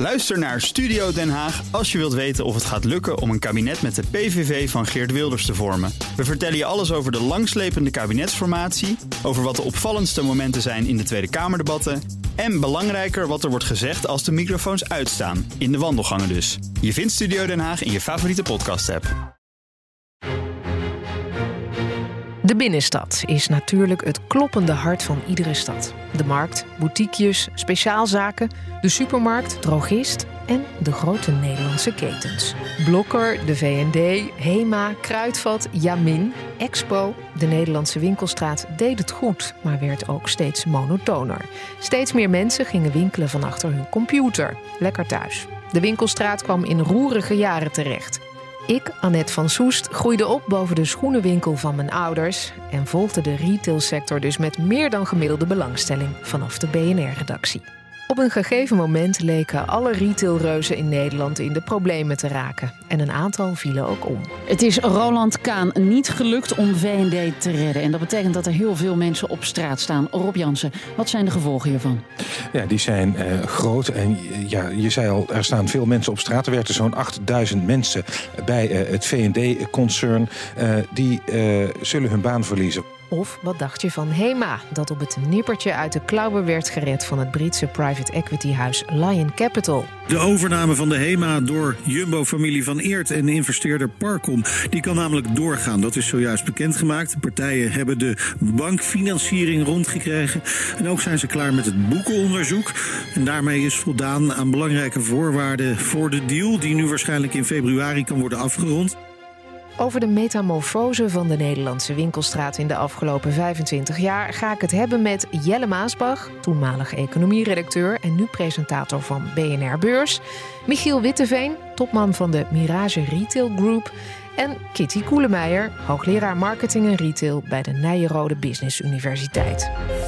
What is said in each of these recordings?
Luister naar Studio Den Haag als je wilt weten of het gaat lukken om een kabinet met de PVV van Geert Wilders te vormen. We vertellen je alles over de langslepende kabinetsformatie, over wat de opvallendste momenten zijn in de Tweede Kamerdebatten en belangrijker wat er wordt gezegd als de microfoons uitstaan, in de wandelgangen dus. Je vindt Studio Den Haag in je favoriete podcast-app. De binnenstad is natuurlijk het kloppende hart van iedere stad. De markt, boutiquejes, speciaalzaken, de supermarkt, drogist en de grote Nederlandse ketens. Blokker, de V&D, Hema, Kruidvat, Jamin, Expo. De Nederlandse winkelstraat deed het goed, maar werd ook steeds monotoner. Steeds meer mensen gingen winkelen van achter hun computer. Lekker thuis. De winkelstraat kwam in roerige jaren terecht. Ik, Annette van Soest, groeide op boven de schoenenwinkel van mijn ouders en volgde de retailsector dus met meer dan gemiddelde belangstelling vanaf de BNR-redactie. Op een gegeven moment leken alle retailreuzen in Nederland in de problemen te raken. En een aantal vielen ook om. Het is Roland Kaan niet gelukt om V&D te redden. En dat betekent dat er heel veel mensen op straat staan. Rob Jansen, wat zijn de gevolgen hiervan? Ja, die zijn groot. En ja, je zei al, er staan veel mensen op straat. Er werkten zo'n 8000 mensen bij het V&D-concern. Die zullen hun baan verliezen. Of wat dacht je van Hema, dat op het nippertje uit de klauwen werd gered van het Britse private equity-huis Lion Capital? De overname van de Hema door Jumbo-familie Van Eert en investeerder Parcom, die kan namelijk doorgaan. Dat is zojuist bekendgemaakt. De partijen hebben de bankfinanciering rondgekregen. En ook zijn ze klaar met het boekenonderzoek. En daarmee is voldaan aan belangrijke voorwaarden voor de deal, die nu waarschijnlijk in februari kan worden afgerond. Over de metamorfose van de Nederlandse winkelstraat in de afgelopen 25 jaar ga ik het hebben met Jelle Maasbach, toenmalig economieredacteur en nu presentator van BNR Beurs, Michiel Witteveen, topman van de Mirage Retail Group, en Kitty Koelemeijer, hoogleraar marketing en retail bij de Nyenrode Business Universiteit.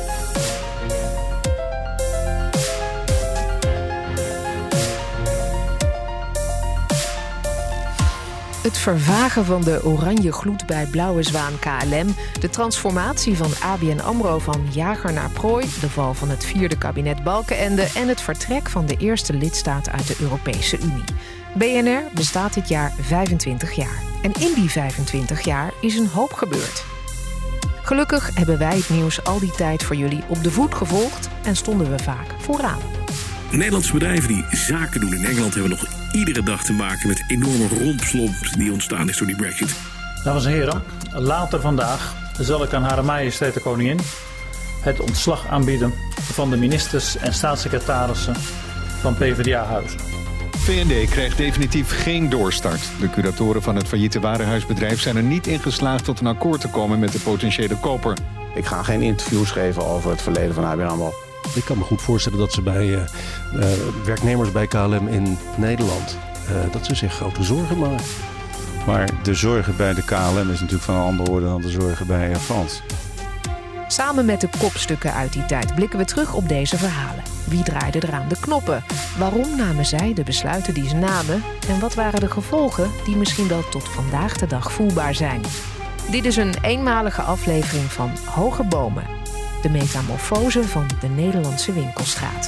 Het vervagen van de oranje gloed bij Blauwe Zwaan KLM, de transformatie van ABN AMRO van jager naar prooi, de val van het 4e kabinet Balkenende en het vertrek van de eerste lidstaat uit de Europese Unie. BNR bestaat dit jaar 25 jaar. En in die 25 jaar is een hoop gebeurd. Gelukkig hebben wij het nieuws al die tijd voor jullie op de voet gevolgd en stonden we vaak vooraan. Nederlandse bedrijven die zaken doen in Engeland hebben nog iedere dag te maken met enorme rompslomp die ontstaan is door die Brexit. Dames en heren, later vandaag zal ik aan Hare Majesteit de Koningin het ontslag aanbieden van de ministers en staatssecretarissen van PvdA-huizen. V&D krijgt definitief geen doorstart. De curatoren van het failliete warenhuisbedrijf zijn er niet in geslaagd tot een akkoord te komen met de potentiële koper. Ik ga geen interviews geven over het verleden van ABN AMRO. Ik kan me goed voorstellen dat ze bij werknemers bij KLM in Nederland dat ze zich grote zorgen maken. Maar de zorgen bij de KLM is natuurlijk van een andere orde dan de zorgen bij Air France. Samen met de kopstukken uit die tijd blikken we terug op deze verhalen. Wie draaide er aan de knoppen? Waarom namen zij de besluiten die ze namen? En wat waren de gevolgen die misschien wel tot vandaag de dag voelbaar zijn? Dit is een eenmalige aflevering van Hoge Bomen. De metamorfose van de Nederlandse winkelstraat.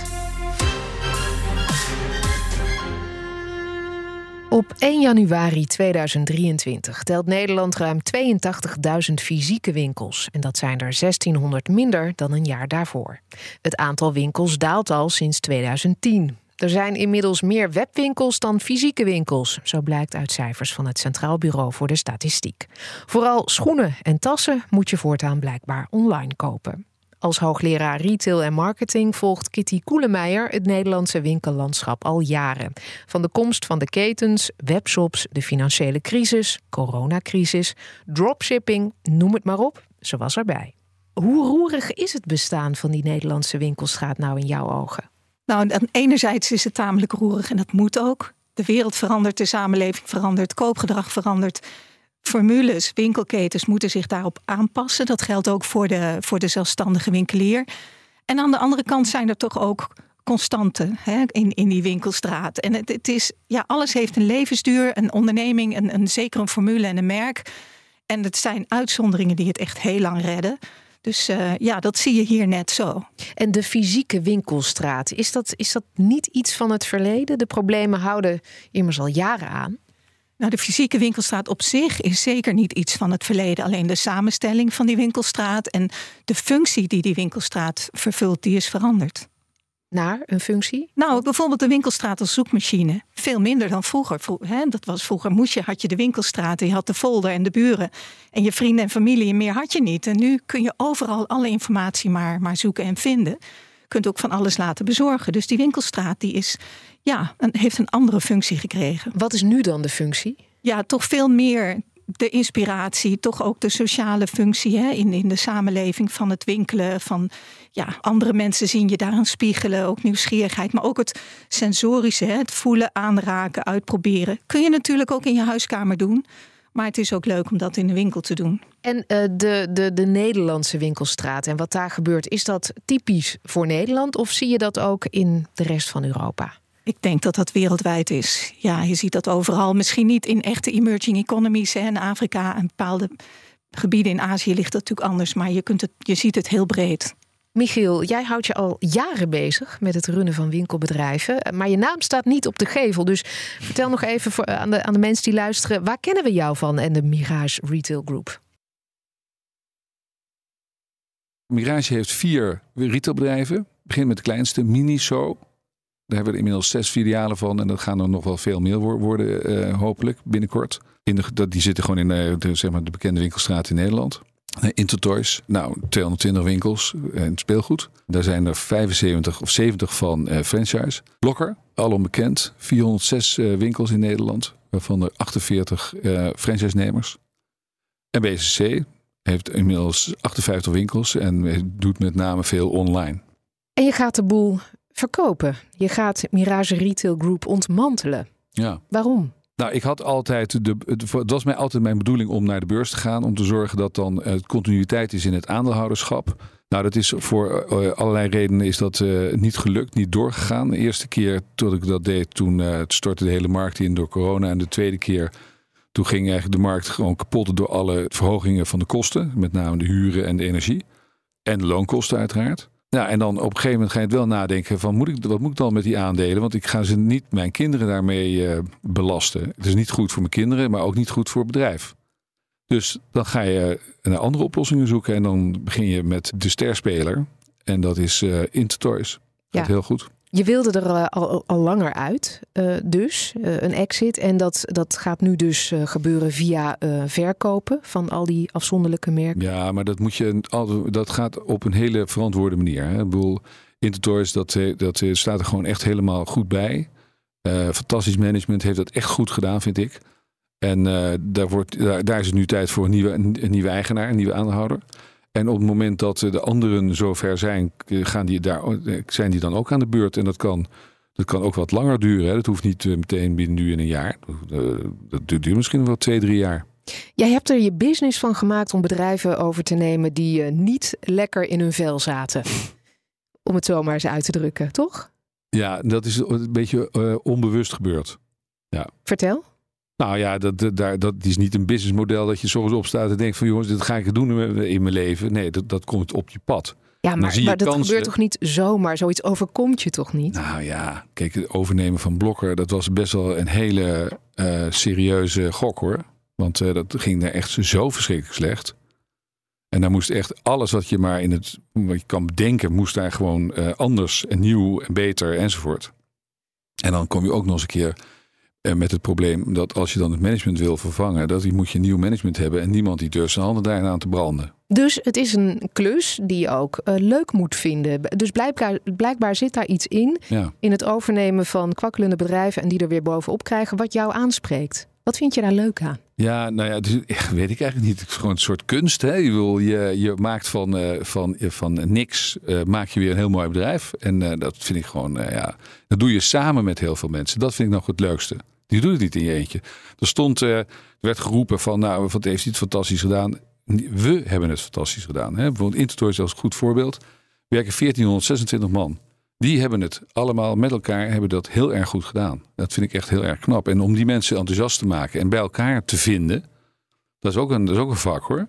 Op 1 januari 2023 telt Nederland ruim 82.000 fysieke winkels. En dat zijn er 1600 minder dan een jaar daarvoor. Het aantal winkels daalt al sinds 2010. Er zijn inmiddels meer webwinkels dan fysieke winkels. Zo blijkt uit cijfers van het Centraal Bureau voor de Statistiek. Vooral schoenen en tassen moet je voortaan blijkbaar online kopen. Als hoogleraar retail en marketing volgt Kitty Koelemeijer het Nederlandse winkellandschap al jaren. Van de komst van de ketens, webshops, de financiële crisis, coronacrisis, dropshipping, noem het maar op, ze was erbij. Hoe roerig is het bestaan van die Nederlandse winkelstraat nou in jouw ogen? Nou, enerzijds is het tamelijk roerig en dat moet ook. De wereld verandert, de samenleving verandert, koopgedrag verandert. Formules, winkelketens moeten zich daarop aanpassen. Dat geldt ook voor de zelfstandige winkelier. En aan de andere kant zijn er toch ook constanten in die winkelstraat. En het is, ja, alles heeft een levensduur, een onderneming, zeker een formule en een merk. En het zijn uitzonderingen die het echt heel lang redden. Dus dat zie je hier net zo. En de fysieke winkelstraat, is dat niet iets van het verleden? De problemen houden immers al jaren aan. Nou, de fysieke winkelstraat op zich is zeker niet iets van het verleden. Alleen de samenstelling van die winkelstraat en de functie die winkelstraat vervult, die is veranderd. Naar een functie? Nou, bijvoorbeeld de winkelstraat als zoekmachine. Veel minder dan vroeger. Dat was vroeger had je de winkelstraat, je had de folder en de buren. En je vrienden en familie, en meer had je niet. En nu kun je overal alle informatie maar zoeken en vinden. Je kunt ook van alles laten bezorgen. Dus die winkelstraat die heeft een andere functie gekregen. Wat is nu dan de functie? Ja, toch veel meer de inspiratie, toch ook de sociale functie in de samenleving van het winkelen. Van andere mensen zien je daaraan spiegelen, ook nieuwsgierigheid. Maar ook het sensorische, het voelen, aanraken, uitproberen. Kun je natuurlijk ook in je huiskamer doen. Maar het is ook leuk om dat in de winkel te doen. En de Nederlandse winkelstraat en wat daar gebeurt, is dat typisch voor Nederland? Of zie je dat ook in de rest van Europa? Ik denk dat dat wereldwijd is. Ja, je ziet dat overal. Misschien niet in echte emerging economies. In Afrika en bepaalde gebieden in Azië ligt dat natuurlijk anders. Maar je ziet het heel breed. Michiel, jij houdt je al jaren bezig met het runnen van winkelbedrijven. Maar je naam staat niet op de gevel. Dus vertel nog even aan de mensen die luisteren. Waar kennen we jou van en de Mirage Retail Group? Mirage heeft 4 retailbedrijven. Begin met de kleinste, Miniso. Daar hebben we inmiddels 6 filialen van. En dat gaan er nog wel veel meer worden, hopelijk, binnenkort. Die zitten gewoon in de bekende winkelstraat in Nederland. Intertoys, 220 winkels en speelgoed. Daar zijn er 75 of 70 van franchise. Blokker, alom bekend. 406 winkels in Nederland. Waarvan er 48 franchise-nemers. En BCC heeft inmiddels 58 winkels. En doet met name veel online. En je gaat de boel verkopen. Je gaat Mirage Retail Group ontmantelen. Ja. Waarom? Nou, ik had altijd het was mij altijd mijn bedoeling om naar de beurs te gaan. Om te zorgen dat dan continuïteit is in het aandeelhouderschap. Nou, dat is voor allerlei redenen is dat niet gelukt, niet doorgegaan. De eerste keer toen ik dat deed, toen stortte de hele markt in door corona. En de tweede keer, toen ging eigenlijk de markt gewoon kapot door alle verhogingen van de kosten. Met name de huren en de energie. En de loonkosten uiteraard. Ja, en dan op een gegeven moment ga je het wel nadenken van wat moet ik dan met die aandelen? Want ik ga ze niet mijn kinderen daarmee belasten. Het is niet goed voor mijn kinderen, maar ook niet goed voor het bedrijf. Dus dan ga je naar andere oplossingen zoeken en dan begin je met de sterspeler. En dat is Intertoys. Dat heel goed. Je wilde er al langer uit, een exit. En dat gaat nu dus gebeuren via verkopen van al die afzonderlijke merken. Ja, maar dat gaat op een hele verantwoorde manier. Hè. Ik bedoel, Intertoys, dat staat er gewoon echt helemaal goed bij. Fantastisch management heeft dat echt goed gedaan, vind ik. En daar is het nu tijd voor een nieuwe eigenaar, een nieuwe aandeelhouder. En op het moment dat de anderen zover zijn, zijn die dan ook aan de beurt. En dat kan ook wat langer duren. Hè. Dat hoeft niet meteen binnen nu in een jaar. Dat duurt misschien wel 2-3 jaar. Jij hebt er je business van gemaakt om bedrijven over te nemen die niet lekker in hun vel zaten. Om het zo maar eens uit te drukken, toch? Ja, dat is een beetje onbewust gebeurd. Ja. Vertel. Nou ja, dat is niet een businessmodel dat je 's ochtends opstaat en denkt van jongens, dit ga ik doen in mijn leven. Nee, dat komt op je pad. Ja, maar dat gebeurt toch niet zomaar? Zoiets overkomt je toch niet? Nou ja, kijk, het overnemen van Blokker, dat was best wel een hele serieuze gok hoor. Want dat ging er echt zo verschrikkelijk slecht. En daar moest echt alles wat je maar wat je kan bedenken, moest daar gewoon anders en nieuw en beter enzovoort. En dan kom je ook nog eens een keer met het probleem dat als je dan het management wil vervangen, moet je nieuw management hebben en niemand die durft zijn handen daarin aan te branden. Dus het is een klus die je ook leuk moet vinden. Dus blijkbaar zit daar iets in het overnemen van kwakkelende bedrijven en die er weer bovenop krijgen wat jou aanspreekt. Wat vind je daar leuk aan? Ja, nou ja, dus, weet ik eigenlijk niet. Het is gewoon een soort kunst. Hè? Je maakt van niks maak je weer een heel mooi bedrijf. En dat vind ik gewoon, dat doe je samen met heel veel mensen. Dat vind ik nog het leukste. Je doet het niet in je eentje. Er werd geroepen van, wat heeft hij het fantastisch gedaan? We hebben het fantastisch gedaan. Hè? Bijvoorbeeld Intertoys als goed voorbeeld. Werken 1426 man. Die hebben het allemaal met elkaar hebben dat heel erg goed gedaan. Dat vind ik echt heel erg knap. En om die mensen enthousiast te maken en bij elkaar te vinden, dat is ook een vak hoor.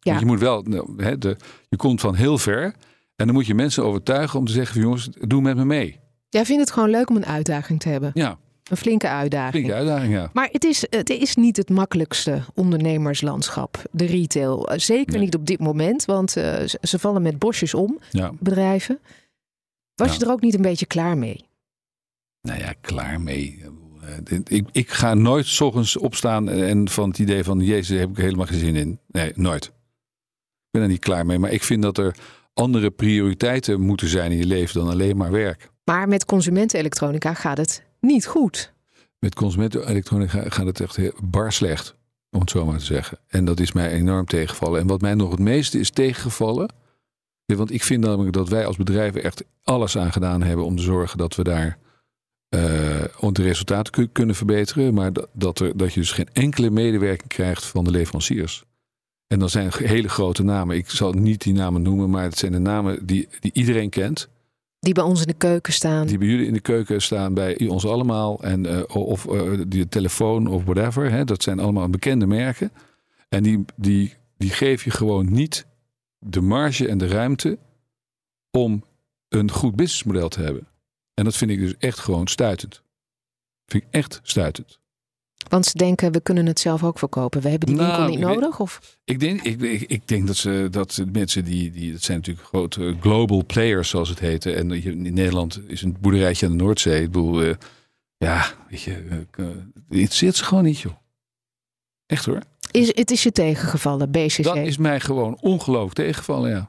Ja. Want je moet wel, je komt van heel ver. En dan moet je mensen overtuigen om te zeggen, jongens, doe met me mee. Jij vindt het gewoon leuk om een uitdaging te hebben. Ja. Een flinke uitdaging. Ja. Maar het is niet het makkelijkste ondernemerslandschap, de retail. Zeker niet op dit moment, want ze vallen met bosjes om, bedrijven. Was je er ook niet een beetje klaar mee? Nou ja, klaar mee. Ik ga nooit 's ochtends opstaan en van het idee van, Jezus, daar heb ik helemaal geen zin in. Nee, nooit. Ik ben er niet klaar mee. Maar ik vind dat er andere prioriteiten moeten zijn in je leven dan alleen maar werk. Maar met consumentenelektronica gaat het niet goed. Met consumentenelektronica gaat het echt bar slecht, om het zo maar te zeggen. En dat is mij enorm tegengevallen. En wat mij nog het meeste is tegengevallen, want ik vind namelijk dat wij als bedrijven echt alles aan gedaan hebben om te zorgen dat we daar de resultaten kunnen verbeteren. Maar dat je dus geen enkele medewerking krijgt van de leveranciers. En dan zijn hele grote namen. Ik zal niet die namen noemen, maar het zijn de namen die iedereen kent. Die bij ons in de keuken staan. Die bij jullie in de keuken staan, bij ons allemaal. En, of die telefoon of whatever. Hè, dat zijn allemaal bekende merken. En die geef je gewoon niet de marge en de ruimte om een goed businessmodel te hebben. En dat vind ik dus echt gewoon stuitend. Vind ik echt stuitend. Want ze denken, we kunnen het zelf ook verkopen. We hebben die winkel niet nodig? Of? Ik denk dat mensen dat zijn natuurlijk grote global players, zoals het heet. En in Nederland is een boerderijtje aan de Noordzee. Ik bedoel, weet je, het interesseert ze gewoon niet, joh. Echt hoor. Het is je tegengevallen, BCC? Dat is mij gewoon ongelooflijk tegengevallen, ja.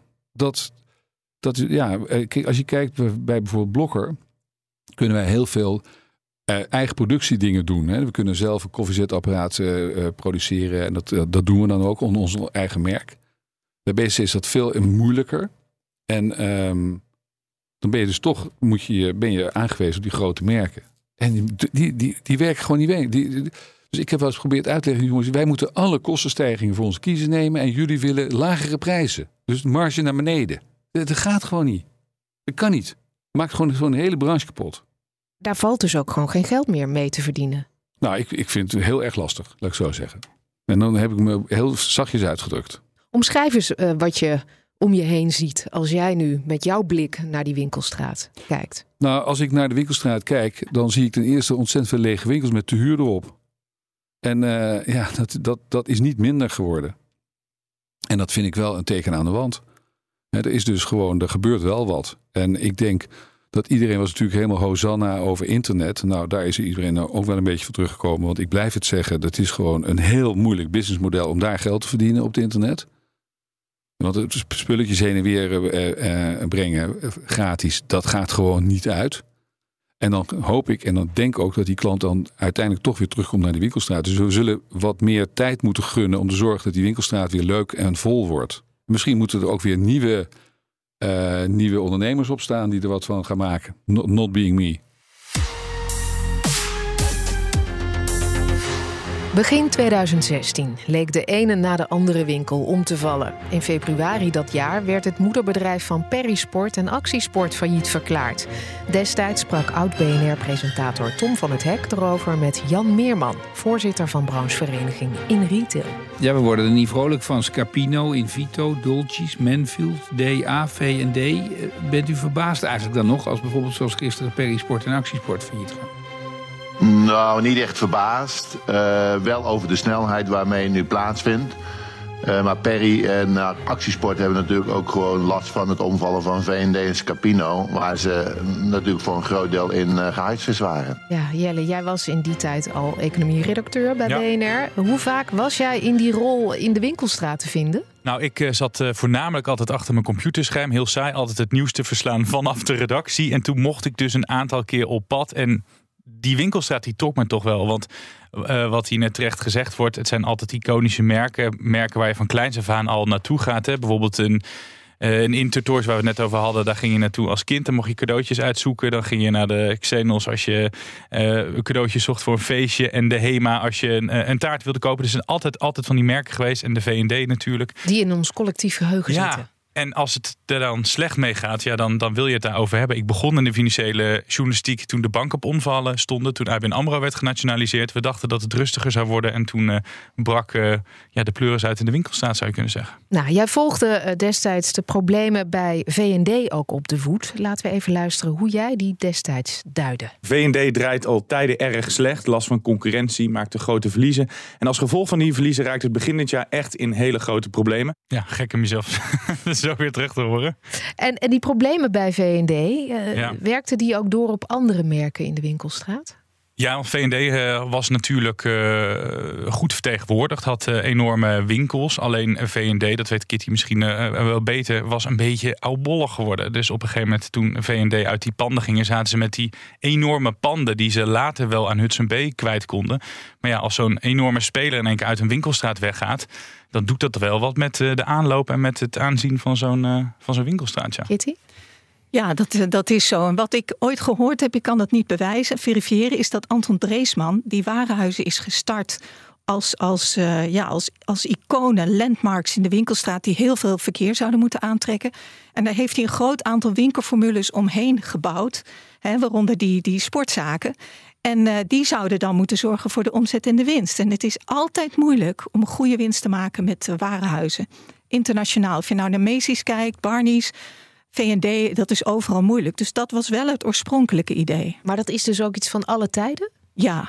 Kijk, als je kijkt bij bijvoorbeeld Blokker, kunnen wij heel veel eigen productiedingen doen. Hè. We kunnen zelf een koffiezetapparaat produceren. En dat doen we dan ook onder ons eigen merk. Bij BCC is dat veel moeilijker. En dan ben je dus toch ben je aangewezen op die grote merken. En die werken gewoon niet mee. Dus ik heb wel eens geprobeerd uit te leggen, jongens, wij moeten alle kostenstijgingen voor ons kiezen nemen. En jullie willen lagere prijzen. Dus de marge naar beneden. Dat gaat gewoon niet. Dat kan niet. Maakt gewoon een hele branche kapot. Daar valt dus ook gewoon geen geld meer mee te verdienen. Nou, ik vind het heel erg lastig, laat ik zo zeggen. En dan heb ik me heel zachtjes uitgedrukt. Omschrijf eens wat je om je heen ziet als jij nu met jouw blik naar die winkelstraat kijkt. Nou, als ik naar de winkelstraat kijk, dan zie ik ten eerste ontzettend veel lege winkels met te huur erop. En dat is niet minder geworden. En dat vind ik wel een teken aan de wand. Er gebeurt wel wat. En ik denk dat iedereen was natuurlijk helemaal hosanna over internet. Nou, daar is iedereen nou ook wel een beetje van teruggekomen. Want ik blijf het zeggen, dat is gewoon een heel moeilijk businessmodel om daar geld te verdienen op het internet. Want het spulletjes heen en weer brengen gratis, dat gaat gewoon niet uit. En dan hoop ik en dan denk ik ook dat die klant dan uiteindelijk toch weer terugkomt naar die winkelstraat. Dus we zullen wat meer tijd moeten gunnen om te zorgen dat die winkelstraat weer leuk en vol wordt. Misschien moeten er ook weer nieuwe ondernemers opstaan die er wat van gaan maken. Not being me. Begin 2016 leek de ene na de andere winkel om te vallen. In februari dat jaar werd het moederbedrijf van Perisport en Actiesport failliet verklaard. Destijds sprak oud-BNR-presentator Tom van het Hek erover met Jan Meerman, voorzitter van branchevereniging in retail. Ja, we worden er niet vrolijk van. Scapino, Invito, Dolcis, Manfield, DA, V&D. Bent u verbaasd eigenlijk dan nog als bijvoorbeeld zoals gisteren Perisport en Actiesport failliet gaan? Nou, niet echt verbaasd. Wel over de snelheid waarmee het nu plaatsvindt. Maar Perry en Actiesport hebben natuurlijk ook gewoon last van het omvallen van V&D en Scapino. Waar ze natuurlijk voor een groot deel in gehuisvest waren. Ja, Jelle, jij was in die tijd al economie-redacteur bij BNR. Hoe vaak was jij in die rol in de winkelstraat te vinden? Nou, ik zat voornamelijk altijd achter mijn computerscherm. Heel saai, altijd het nieuws te verslaan vanaf de redactie. En toen mocht ik dus een aantal keer op pad. En die winkelstraat die trok me toch wel. Want wat hier net terecht gezegd wordt, het zijn altijd iconische merken. Merken waar je van kleins af aan al naartoe gaat. Hè. Bijvoorbeeld een Intertours waar we het net over hadden. Daar ging je naartoe als kind. Dan mocht je cadeautjes uitzoeken. Dan ging je naar de Xenos als je een cadeautje zocht voor een feestje. En de Hema als je een taart wilde kopen. Dus er zijn altijd van die merken geweest. En de V&D natuurlijk. Die in ons collectief geheugen zitten. En als het er dan slecht mee gaat, dan wil je het daarover hebben. Ik begon in de financiële journalistiek toen de banken op omvallen stonden. Toen ABN AMRO werd genationaliseerd. We dachten dat het rustiger zou worden. En toen brak de pleuris uit in de winkelstraat, zou je kunnen zeggen. Nou, jij volgde destijds de problemen bij V&D ook op de voet. Laten we even luisteren hoe jij die destijds duidde. V&D draait al tijden erg slecht. Last van concurrentie, maakte grote verliezen. En als gevolg van die verliezen raakt het begin dit jaar echt in hele grote problemen. Ja, gek om jezelf zo weer terug te horen. En die problemen bij V&D, werkten die ook door op andere merken in de winkelstraat? Ja, want V&D was natuurlijk goed vertegenwoordigd. Had enorme winkels. Alleen V&D, dat weet Kitty misschien wel beter, was een beetje oudbollig geworden. Dus op een gegeven moment toen V&D uit die panden gingen, zaten ze met die enorme panden die ze later wel aan Hudson Bay kwijt konden. Maar ja, als zo'n enorme speler in één keer uit een winkelstraat weggaat, dan doet dat wel wat met de aanloop en met het aanzien van zo'n winkelstraat. Ja. Kitty? Ja, dat is zo. En wat ik ooit gehoord heb, ik kan dat niet bewijzen, verifiëren, is dat Anton Dreesman, die warenhuizen is gestart als iconen, landmarks in de winkelstraat die heel veel verkeer zouden moeten aantrekken. En daar heeft hij een groot aantal winkelformules omheen gebouwd, waaronder die sportzaken. En die zouden dan moeten zorgen voor de omzet en de winst. En het is altijd moeilijk om een goede winst te maken met warenhuizen. Internationaal, of je nou naar Macy's kijkt, Barney's, V&D, dat is overal moeilijk. Dus dat was wel het oorspronkelijke idee. Maar dat is dus ook iets van alle tijden? Ja.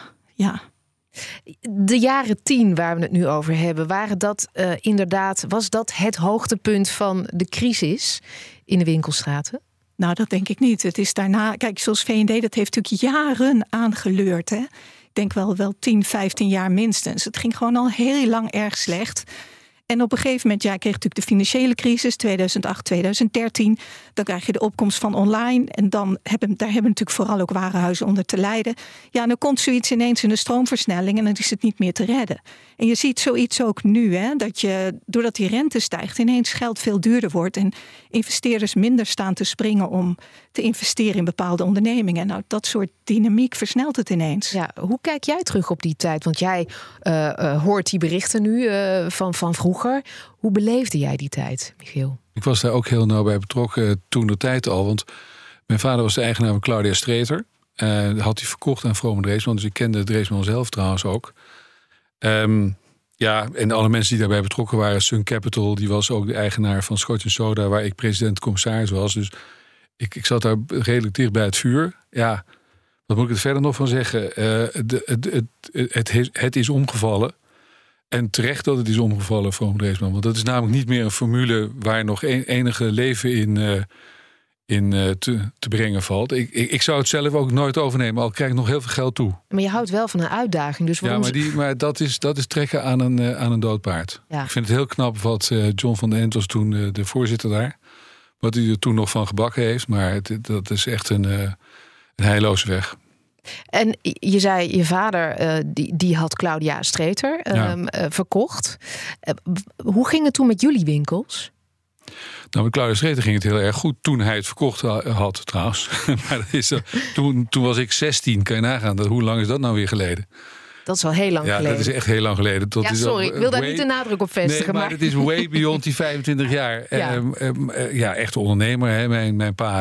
De jaren 10 waar we het nu over hebben, was dat het hoogtepunt van de crisis in de winkelstraten? Nou, dat denk ik niet. Het is daarna, kijk, zoals V&D, dat heeft natuurlijk jaren aangeleurd. Hè? Ik denk wel 10, 15 jaar minstens. Het ging gewoon al heel lang erg slecht. En op een gegeven moment, kreeg natuurlijk de financiële crisis, 2008, 2013. Dan krijg je de opkomst van online. En daar hebben natuurlijk vooral ook warenhuizen onder te lijden. Ja, dan komt zoiets ineens in de stroomversnelling en dan is het niet meer te redden. En je ziet zoiets ook nu, doordat die rente stijgt, ineens geld veel duurder wordt. En investeerders minder staan te springen om te investeren in bepaalde ondernemingen. Nou, dat soort dynamiek versnelt het ineens. Ja, hoe kijk jij terug op die tijd? Want jij hoort die berichten nu van vroeger. Hoe beleefde jij die tijd, Michiel? Ik was daar ook heel nauw bij betrokken toen de tijd al. Want mijn vader was de eigenaar van Claudia Streeter. Dat had hij verkocht aan Vrome Dreesman. Dus ik kende Dreesman zelf trouwens ook. En alle mensen die daarbij betrokken waren. Sun Capital, die was ook de eigenaar van Scotch & Soda, waar ik president-commissaris was. Dus ik zat daar redelijk dicht bij het vuur. Ja, wat moet ik er verder nog van zeggen? Het is omgevallen. En terecht dat het is omgevallen, Vrome Dreesman. Want dat is namelijk niet meer een formule waar nog enige leven in te brengen valt. Ik zou het zelf ook nooit overnemen, al krijg ik nog heel veel geld toe. Maar je houdt wel van een uitdaging. Dus maar dat is trekken aan een dood paard. Ja. Ik vind het heel knap wat John van den Ent was toen de voorzitter daar. Wat hij er toen nog van gebakken heeft. Maar dat is echt een heilloze weg. En je zei, je vader die had Claudia Streeter verkocht. Hoe ging het toen met jullie winkels? Nou, met Claudia Streeter ging het heel erg goed toen hij het verkocht had trouwens. Maar dat is, toen was ik 16, kan je nagaan. Hoe lang is dat nou weer geleden? Dat is al heel lang geleden. Ja, dat is echt heel lang geleden. Ik wil daar niet de nadruk op vestigen. Nee, maar het is way beyond die 25 jaar. Echte ondernemer. Hè. Mijn pa,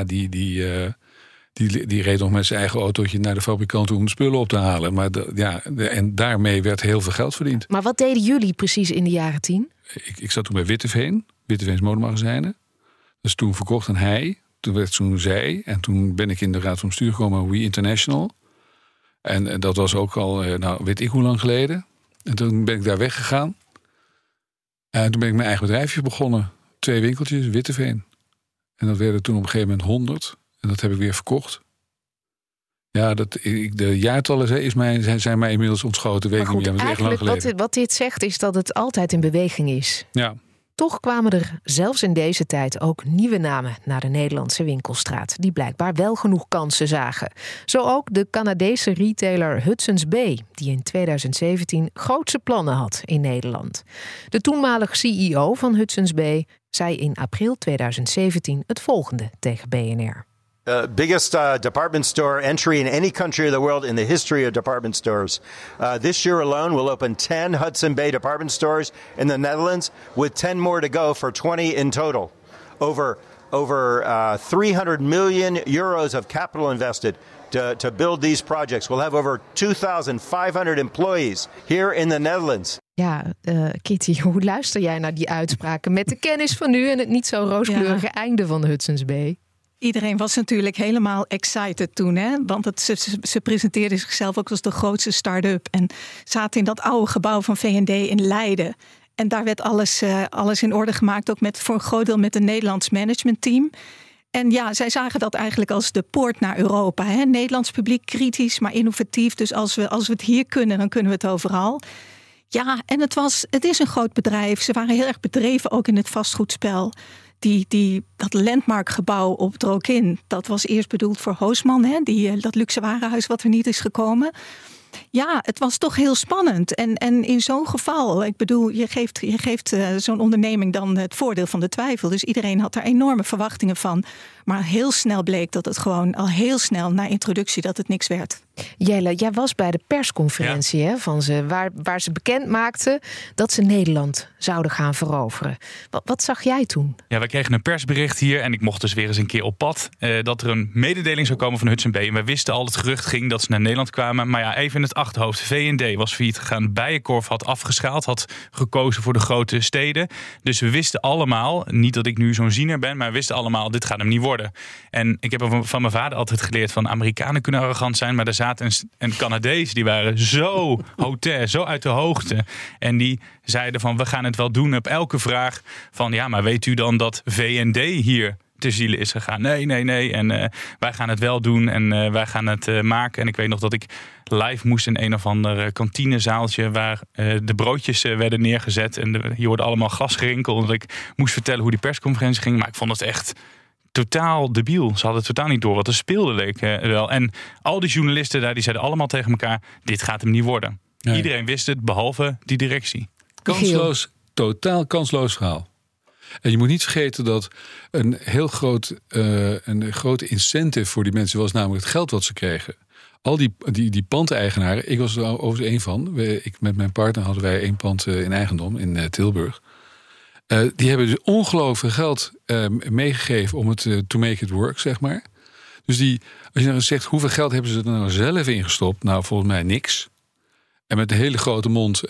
die reed nog met zijn eigen autootje naar de fabrikant om de spullen op te halen. Maar en daarmee werd heel veel geld verdiend. Maar wat deden jullie precies in de jaren 10? Ik zat toen bij Witteveens modemagazijnen. Dat is toen verkocht aan hij. Toen werd toen zij. En toen ben ik in de raad van bestuur gekomen aan We International. En dat was ook al, weet ik hoe lang geleden. En toen ben ik daar weggegaan. En toen ben ik mijn eigen bedrijfje begonnen. 2 winkeltjes, Witteveen. En dat werden toen op een gegeven moment 100. En dat heb ik weer verkocht. Ja, de jaartallen zijn mij inmiddels ontschoten. Weet ik niet meer, maar dat is echt lang geleden. Wat dit zegt is dat het altijd in beweging is. Ja. Toch kwamen er zelfs in deze tijd ook nieuwe namen naar de Nederlandse winkelstraat, die blijkbaar wel genoeg kansen zagen. Zo ook de Canadese retailer Hudson's Bay, die in 2017 grootse plannen had in Nederland. De toenmalige CEO van Hudson's Bay zei in april 2017 het volgende tegen BNR. Biggest department store entry in any country of the world in the history of department stores. This year alone, we'll open 10 Hudson Bay department stores in the Netherlands, with 10 more to go for 20 in total. over 300 million euros of capital invested to build these projects. We'll have over 2,500 employees here in the Netherlands. Ja, Kitty, hoe luister jij naar die uitspraken met de kennis van nu en het niet zo rooskleurige einde van de Hudson's Bay? Iedereen was natuurlijk helemaal excited toen. Hè? Want ze presenteerden zichzelf ook als de grootste start-up. En zaten in dat oude gebouw van V&D in Leiden. En daar werd alles in orde gemaakt. Ook voor een groot deel met een Nederlands managementteam. En ja, zij zagen dat eigenlijk als de poort naar Europa. Hè? Nederlands publiek kritisch, maar innovatief. Dus als we het hier kunnen, dan kunnen we het overal. Ja, en het is een groot bedrijf. Ze waren heel erg bedreven ook in het vastgoedspel. Dat landmarkgebouw op Drokin, dat was eerst bedoeld voor Hoosman, hè? Dat luxe warenhuis wat er niet is gekomen. Ja, het was toch heel spannend. En in zo'n geval, ik bedoel, je geeft zo'n onderneming dan het voordeel van de twijfel. Dus iedereen had er enorme verwachtingen van. Maar heel snel bleek dat het gewoon al heel snel na introductie dat het niks werd. Jelle, jij was bij de persconferentie hè, van ze, waar ze bekend maakten dat ze Nederland zouden gaan veroveren. Wat zag jij toen? Ja, wij kregen een persbericht hier en ik mocht dus weer eens een keer op pad. Dat er een mededeling zou komen van Hudson's Bay. En wij wisten al, het gerucht ging dat ze naar Nederland kwamen. Maar ja, even in het achterhoofd. V&D was failliet gegaan. Bijenkorf had afgeschaald, had gekozen voor de grote steden. Dus we wisten allemaal, niet dat ik nu zo'n ziener ben, maar we wisten allemaal, dit gaat hem niet worden. En ik heb van mijn vader altijd geleerd van Amerikanen kunnen arrogant zijn, maar er zaten een Canadees, die waren zo hautain, zo uit de hoogte. En die zeiden van, we gaan het wel doen op elke vraag van, ja, maar weet u dan dat V&D hier te ziele is gegaan? Nee. En wij gaan het wel doen en wij gaan het maken. En ik weet nog dat ik live moest in een of ander kantinezaaltje waar de broodjes werden neergezet. En je hoorde allemaal glasgerinkel. Dat ik moest vertellen hoe die persconferentie ging. Maar ik vond het echt totaal debiel. Ze hadden totaal niet door wat er speelde, leek wel. En al die journalisten daar, die zeiden allemaal tegen elkaar, dit gaat hem niet worden. Nee. Iedereen wist het, behalve die directie. Kansloos, totaal kansloos verhaal. En je moet niet vergeten dat een heel grote incentive voor die mensen was namelijk het geld wat ze kregen. Al die pandeigenaren, ik was er overigens één van. Met mijn partner hadden wij 1 pand in eigendom in Tilburg. Die hebben dus ongelooflijk geld meegegeven om het to make it work, zeg maar. Dus als je nou zegt, hoeveel geld hebben ze er nou zelf ingestopt? Nou, volgens mij niks. En met een hele grote mond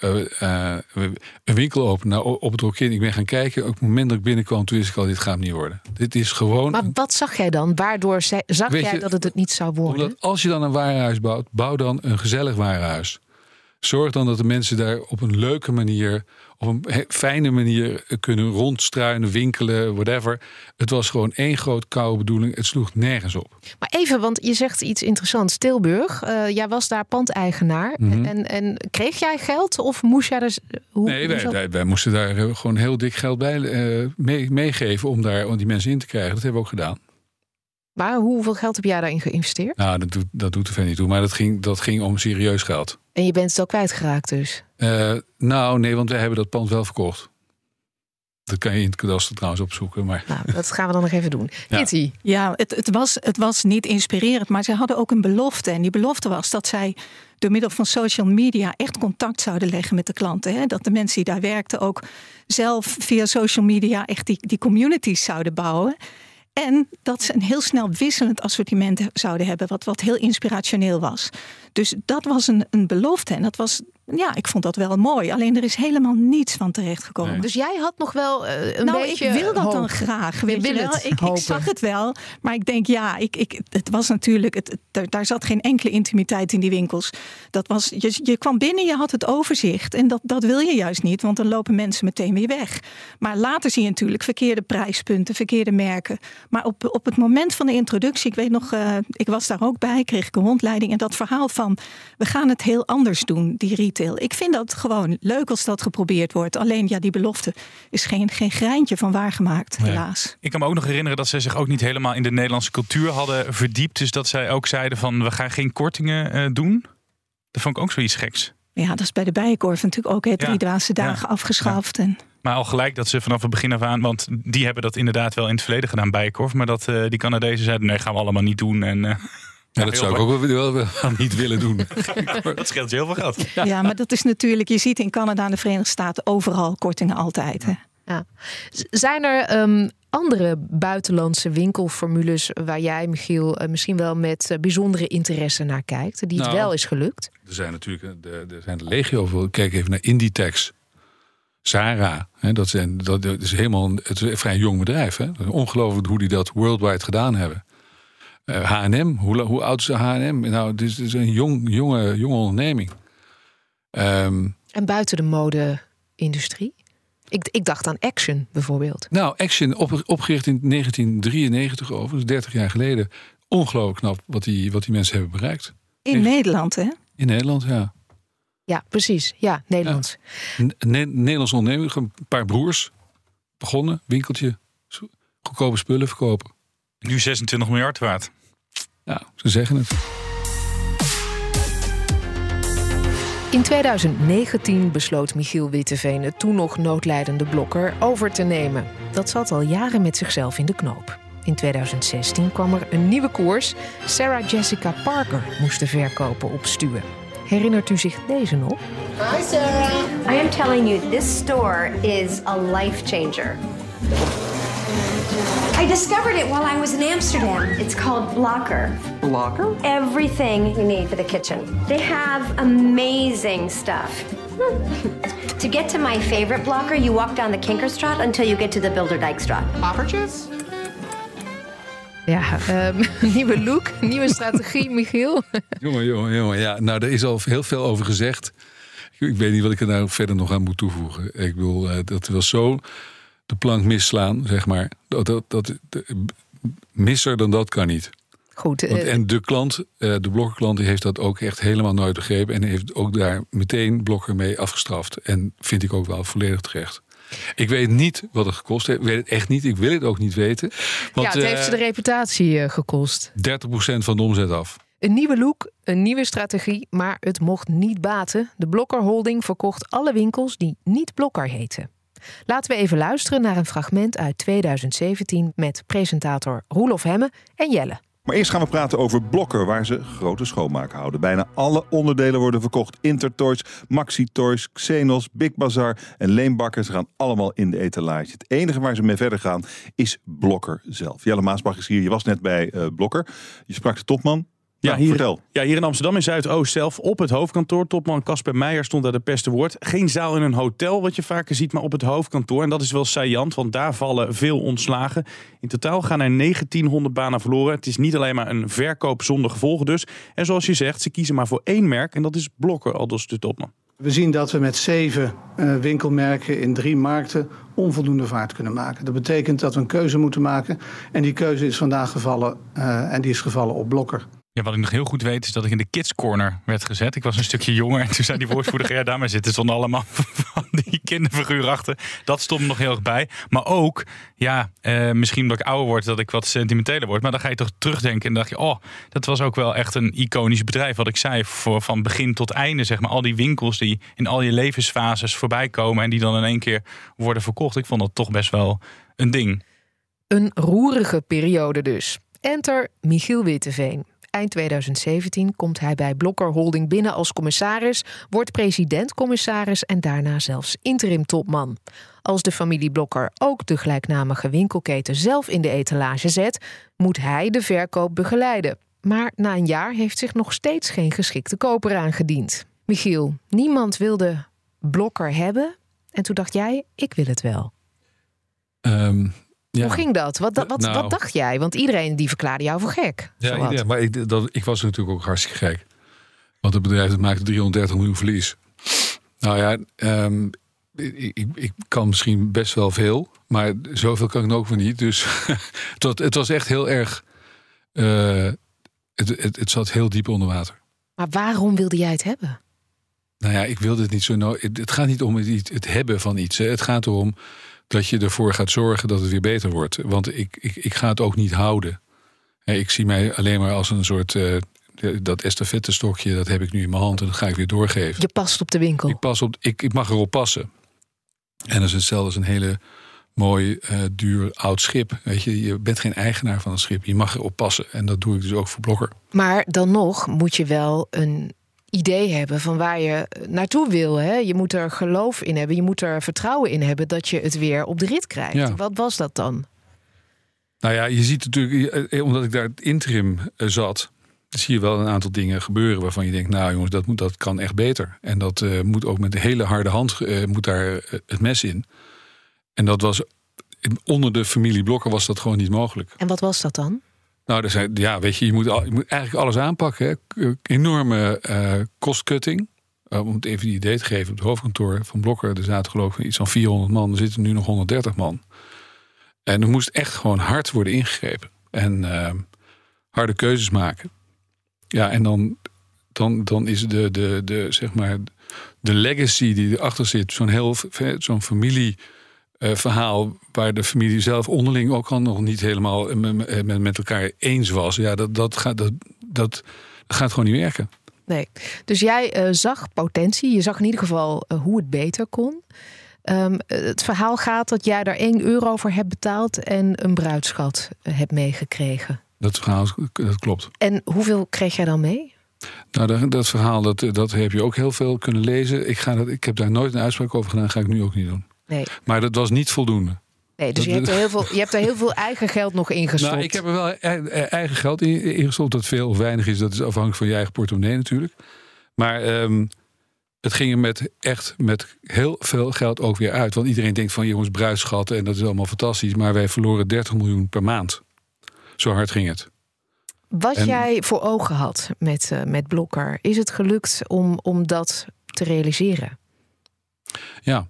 een winkel openen op het Drokin. Ik ben gaan kijken. Op het moment dat ik binnenkwam, toen wist ik al, dit gaat niet worden. Dit is gewoon. Maar wat zag jij dan? Waardoor zag jij dat het niet zou worden? Omdat als je dan een warenhuis bouwt, bouw dan een gezellig warenhuis. Zorg dan dat de mensen daar op een leuke manier, op een fijne manier kunnen rondstruinen, winkelen, whatever. Het was gewoon één groot koude bedoeling. Het sloeg nergens op. Maar even, want je zegt iets interessants. Tilburg, jij was daar pandeigenaar. Mm-hmm. En kreeg jij geld of moest jij dus? Wij moesten daar gewoon heel dik geld bij meegeven om die mensen in te krijgen. Dat hebben we ook gedaan. Maar hoeveel geld heb jij daarin geïnvesteerd? Nou, dat doet er verder niet toe. Maar dat ging om serieus geld. En je bent het al kwijtgeraakt dus? Nee, want wij hebben dat pand wel verkocht. Dat kan je in het kadaster trouwens opzoeken. Maar. Nou, dat gaan we dan nog even doen. Kitty? Ja, het was niet inspirerend, maar ze hadden ook een belofte. En die belofte was dat zij door middel van social media echt contact zouden leggen met de klanten. Hè? Dat de mensen die daar werkten ook zelf via social media echt die communities zouden bouwen. En dat ze een heel snel wisselend assortiment zouden hebben, wat heel inspirationeel was. Dus dat was een belofte. En dat was, ja, ik vond dat wel mooi. Alleen er is helemaal niets van terechtgekomen. Nee. Dus jij had nog wel een beetje ik wil dat hoop. Dan graag. Weet je wel? Ik zag het wel. Maar ik denk, ja, het was natuurlijk, daar zat geen enkele intimiteit in die winkels. Dat was, je kwam binnen, je had het overzicht. En dat wil je juist niet, want dan lopen mensen meteen weer weg. Maar later zie je natuurlijk verkeerde prijspunten, verkeerde merken. Maar op het moment van de introductie, ik weet nog, ik was daar ook bij, kreeg ik een rondleiding. En dat verhaal van, we gaan het heel anders doen, die retail. Ik vind dat gewoon leuk als dat geprobeerd wordt. Alleen, ja, die belofte is geen greintje van waargemaakt, helaas. Ik kan me ook nog herinneren dat zij zich ook niet helemaal in de Nederlandse cultuur hadden verdiept. Dus dat zij ook zeiden van, we gaan geen kortingen doen. Dat vond ik ook zoiets geks. Ja, dat is bij de Bijenkorf natuurlijk ook 3 Dwaze dagen afgeschaft. Ja. En maar al gelijk dat ze vanaf het begin af aan, want die hebben dat inderdaad wel in het verleden gedaan, Bijenkorf. Maar dat die Canadezen zeiden, nee, gaan we allemaal niet doen. En ja, dat zou ik ook wel niet willen doen. Dat scheelt je heel veel geld. Ja, maar dat is natuurlijk, je ziet in Canada en de Verenigde Staten overal kortingen altijd. Hè? Ja. Zijn er andere buitenlandse winkelformules waar jij, Michiel, misschien wel met bijzondere interesse naar kijkt, die het wel is gelukt? Er zijn natuurlijk de legio. Kijk even naar Inditex, Zara. Dat is helemaal een vrij jong bedrijf. Hè? Ongelooflijk hoe die dat worldwide gedaan hebben. H&M, hoe oud is H&M? Nou, het is een jonge onderneming. En buiten de mode-industrie? Ik dacht aan Action bijvoorbeeld. Nou, Action, opgericht in 1993 overigens, 30 jaar geleden. Ongelooflijk knap wat die mensen hebben bereikt. In Nederland, hè? In Nederland, ja. Ja, precies. Ja, Nederlands. Ja. Nederlands onderneming, een paar broers. Begonnen, winkeltje, goedkope spullen verkopen. Nu 26 miljard waard. Ja, ze zeggen het. In 2019 besloot Michiel Witteveen het toen nog noodlijdende Blokker over te nemen. Dat zat al jaren met zichzelf in de knoop. In 2016 kwam er een nieuwe koers. Sarah Jessica Parker moest de verkopen opstuwen. Herinnert u zich deze nog? Hi Sarah. I am telling you, this store is a life changer. I discovered it while I was in Amsterdam. It's called Blokker. Blokker? Everything you need for the kitchen. They have amazing stuff. To get to my favorite Blokker, you walk down the Kinkerstraat until you get to the Bilderdijkstraat. Poppertjes? Ja, nieuwe look, nieuwe strategie, Michiel. Jongen. Ja, nou, er is al heel veel over gezegd. Ik weet niet wat ik er nou verder nog aan moet toevoegen. Ik bedoel, dat was zo de plank misslaan, zeg maar. Misser dan dat kan niet. Goed. En de klant, de Blokker-klant, die heeft dat ook echt helemaal nooit begrepen. En heeft ook daar meteen Blokker mee afgestraft. En vind ik ook wel volledig terecht. Ik weet niet wat het gekost heeft. Ik weet het echt niet. Ik wil het ook niet weten. Want, het heeft ze de reputatie gekost. 30% van de omzet af. Een nieuwe look, een nieuwe strategie, maar het mocht niet baten. De Blokker Holding verkocht alle winkels die niet Blokker heten. Laten we even luisteren naar een fragment uit 2017... met presentator Roelof Hemme en Jelle. Maar eerst gaan we praten over Blokker, waar ze grote schoonmaak houden. Bijna alle onderdelen worden verkocht. Intertoys, Maxi Toys, Xenos, Big Bazaar en Leenbakker. Ze gaan allemaal in de etalage. Het enige waar ze mee verder gaan is Blokker zelf. Jelle Maasbach is hier. Je was net bij Blokker. Je sprak de topman. Ja, hier in Amsterdam in Zuidoost zelf op het hoofdkantoor. Topman Casper Meijer stond daar de beste woord. Geen zaal in een hotel, wat je vaker ziet, maar op het hoofdkantoor. En dat is wel saillant, want daar vallen veel ontslagen. In totaal gaan er 1900 banen verloren. Het is niet alleen maar een verkoop zonder gevolgen dus. En zoals je zegt, ze kiezen maar voor één merk en dat is Blokker, aldus de topman. We zien dat we met 7 winkelmerken in 3 markten onvoldoende vaart kunnen maken. Dat betekent dat we een keuze moeten maken. En die keuze is vandaag gevallen en die is gevallen op Blokker. Ja, wat ik nog heel goed weet is dat ik in de kids corner werd gezet. Ik was een stukje jonger en toen zei die woordvoerder... ja, daarmee zitten stonden allemaal van die kinderfiguren achter. Dat stond me nog heel erg bij. Maar ook, misschien omdat ik ouder word... dat ik wat sentimenteler word. Maar dan ga je toch terugdenken en dacht je... dat was ook wel echt een iconisch bedrijf. Wat ik zei, van begin tot einde, zeg maar. Al die winkels die in al je levensfases voorbij komen... en die dan in één keer worden verkocht. Ik vond dat toch best wel een ding. Een roerige periode dus. Enter Michiel Witteveen. Eind 2017 komt hij bij Blokker Holding binnen als commissaris, wordt president-commissaris en daarna zelfs interim-topman. Als de familie Blokker ook de gelijknamige winkelketen zelf in de etalage zet, moet hij de verkoop begeleiden. Maar na een jaar heeft zich nog steeds geen geschikte koper aangediend. Michiel, niemand wilde Blokker hebben en toen dacht jij, ik wil het wel. Ja. Hoe ging dat? Wat dacht jij? Want iedereen die verklaarde jou voor gek. Ja, maar ik was natuurlijk ook hartstikke gek. Want het bedrijf maakte 330 miljoen verlies. Nou ja, ik kan misschien best wel veel. Maar zoveel kan ik ook weer niet. Dus het was echt heel erg... Het zat heel diep onder water. Maar waarom wilde jij het hebben? Nou ja, ik wilde het niet zo... Het gaat niet om het hebben van iets. Hè. Het gaat erom... dat je ervoor gaat zorgen dat het weer beter wordt. Want ik ga het ook niet houden. Ik zie mij alleen maar als een soort... dat estafettestokje, dat heb ik nu in mijn hand... en dat ga ik weer doorgeven. Je past op de winkel. Ik mag erop passen. En dat is hetzelfde als een hele mooi, duur, oud schip. Weet je bent geen eigenaar van een schip. Je mag erop passen. En dat doe ik dus ook voor Blokker. Maar dan nog moet je wel een idee hebben van waar je naartoe wil. Hè? Je moet er geloof in hebben. Je moet er vertrouwen in hebben dat je het weer op de rit krijgt. Ja. Wat was dat dan? Nou ja, je ziet natuurlijk, omdat ik daar het interim zat, zie je wel een aantal dingen gebeuren waarvan je denkt, nou jongens, dat kan echt beter. En dat moet ook met de hele harde hand moet daar het mes in. En dat was onder de familie Blokker was dat gewoon niet mogelijk. En wat was dat dan? Nou, je moet eigenlijk alles aanpakken. Hè. Enorme kostcutting. Om het even een idee te geven, op het hoofdkantoor van Blokker, er zaten geloof ik iets van 400 man, er zitten nu nog 130 man. En er moest echt gewoon hard worden ingegrepen. En harde keuzes maken. Ja, en dan is zeg maar de legacy die erachter zit, zo'n familieverhaal waar de familie zelf onderling ook al nog niet helemaal met elkaar eens was. Ja, dat gaat gewoon niet werken. Nee. Dus jij zag potentie. Je zag in ieder geval hoe het beter kon. Het verhaal gaat dat jij daar €1 voor hebt betaald en een bruidsschat hebt meegekregen. Dat verhaal, dat klopt. En hoeveel kreeg jij dan mee? Nou, dat verhaal, dat heb je ook heel veel kunnen lezen. Ik heb daar nooit een uitspraak over gedaan, ga ik nu ook niet doen. Nee. Maar dat was niet voldoende. Nee, dus je hebt er heel veel eigen geld nog in gestopt. Nou, ik heb er wel eigen geld in gestopt. Dat veel of weinig is, dat is afhankelijk van je eigen portemonnee natuurlijk. Maar het ging er met heel veel geld ook weer uit. Want iedereen denkt van jongens, bruidschatten en dat is allemaal fantastisch. Maar wij verloren 30 miljoen per maand. Zo hard ging het. Wat jij voor ogen had met Blokker, is het gelukt om dat te realiseren? Ja.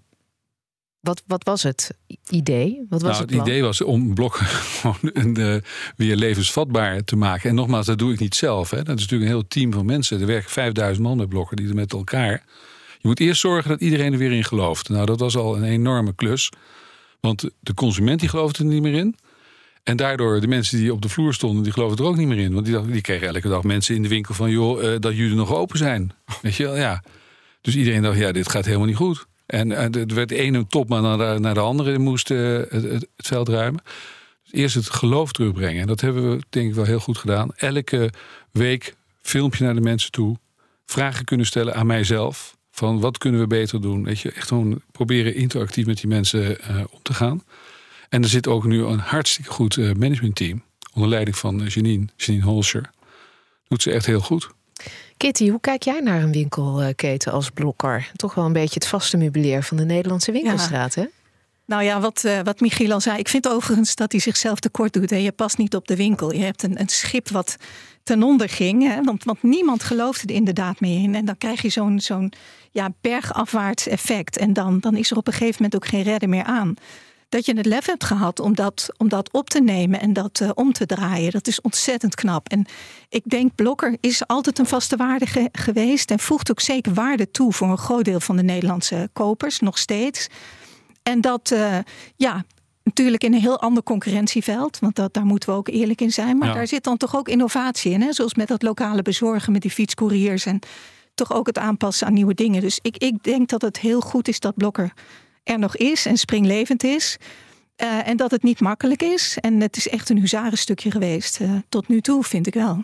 Wat was het idee? Wat was het plan? Het idee was om Blokker gewoon weer levensvatbaar te maken. En nogmaals, dat doe ik niet zelf. Hè. Dat is natuurlijk een heel team van mensen. Er werken 5000 man met Blokker, die er met elkaar. Je moet eerst zorgen dat iedereen er weer in gelooft. Nou, dat was al een enorme klus. Want de consument die geloofde er niet meer in. En daardoor de mensen die op de vloer stonden, die geloofden er ook niet meer in. Want die kregen elke dag mensen in de winkel van, joh, dat jullie nog open zijn. Weet je wel, ja. Dus iedereen dacht, ja, dit gaat helemaal niet goed. En er werd de ene topman naar de andere moest het veld ruimen. Dus eerst het geloof terugbrengen. En dat hebben we denk ik wel heel goed gedaan. Elke week filmpje naar de mensen toe. Vragen kunnen stellen aan mijzelf. Van wat kunnen we beter doen? Weet je, echt gewoon proberen interactief met die mensen om te gaan. En er zit ook nu een hartstikke goed managementteam. Onder leiding van Janine Holscher. Doet ze echt heel goed. Kitty, hoe kijk jij naar een winkelketen als Blokker? Toch wel een beetje het vaste meubilair van de Nederlandse winkelstraat, hè? Nou ja, wat Michiel al zei. Ik vind overigens dat hij zichzelf tekort doet. Hè. Je past niet op de winkel. Je hebt een schip wat ten onder ging. Hè. Want niemand geloofde er inderdaad meer in. En dan krijg je zo'n bergafwaarts effect. En dan is er op een gegeven moment ook geen redden meer aan. Dat je het lef hebt gehad om dat op te nemen en dat om te draaien. Dat is ontzettend knap. En ik denk, Blokker is altijd een vaste waarde geweest. En voegt ook zeker waarde toe voor een groot deel van de Nederlandse kopers. Nog steeds. En dat, natuurlijk in een heel ander concurrentieveld. Want daar moeten we ook eerlijk in zijn. Maar daar zit dan toch ook innovatie in. Hè? Zoals met dat lokale bezorgen, met die fietscouriers. En toch ook het aanpassen aan nieuwe dingen. Dus ik denk dat het heel goed is dat Blokker er nog is en springlevend is. En dat het niet makkelijk is. En het is echt een huzarenstukje geweest. Tot nu toe, vind ik wel.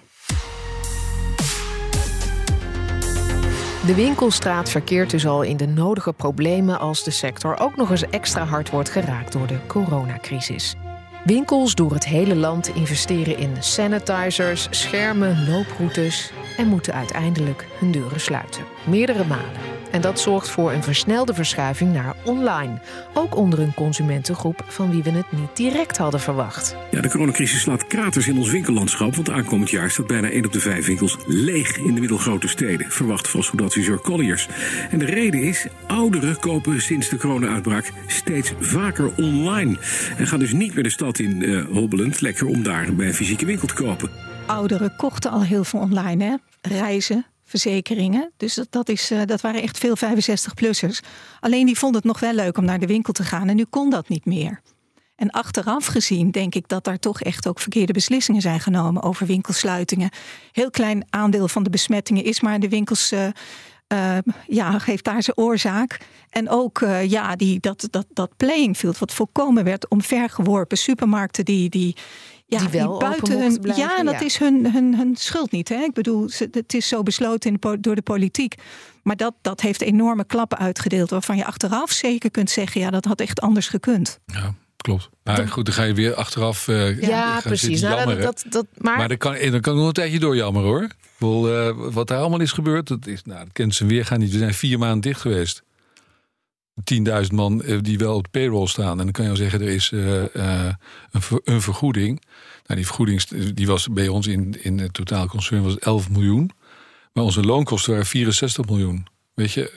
De winkelstraat verkeert dus al in de nodige problemen als de sector ook nog eens extra hard wordt geraakt door de coronacrisis. Winkels door het hele land investeren in sanitizers, schermen, looproutes en moeten uiteindelijk hun deuren sluiten. Meerdere malen. En dat zorgt voor een versnelde verschuiving naar online. Ook onder een consumentengroep van wie we het niet direct hadden verwacht. Ja, de coronacrisis slaat kraters in ons winkellandschap. Want aankomend jaar staat bijna 1 op de 5 winkels leeg in de middelgrote steden. Verwacht vastgoedadviseur Colliers. En de reden is, ouderen kopen sinds de corona-uitbraak steeds vaker online. En gaan dus niet meer de stad in hobbelend. Lekker om daar bij een fysieke winkel te kopen. Ouderen kochten al heel veel online, hè? Reizen, verzekeringen. Dus dat waren echt veel 65-plussers. Alleen die vonden het nog wel leuk om naar de winkel te gaan. En nu kon dat niet meer. En achteraf gezien denk ik dat daar toch echt ook verkeerde beslissingen zijn genomen over winkelsluitingen. Heel klein aandeel van de besmettingen is maar in de winkels geeft daar zijn oorzaak. En ook dat playing field wat volkomen werd omvergeworpen. Supermarkten die wel buiten hun blijven. Ja, dat is hun schuld niet. Hè? Ik bedoel, het is zo besloten door de politiek. Maar dat heeft enorme klappen uitgedeeld. Waarvan je achteraf zeker kunt zeggen, ja, dat had echt anders gekund. Ja. klopt. Maar goed, dan ga je weer achteraf precies. Maar dan kan ik nog een tijdje doorjammeren, hoor. Wat daar allemaal is gebeurd, dat kent zijn weergaan niet. We zijn 4 maanden dicht geweest. 10.000 man die wel op de payroll staan. En dan kan je wel zeggen, er is een vergoeding. Nou, die vergoeding die was bij ons in het totaal concern was 11 miljoen. Maar onze loonkosten waren 64 miljoen. Weet je,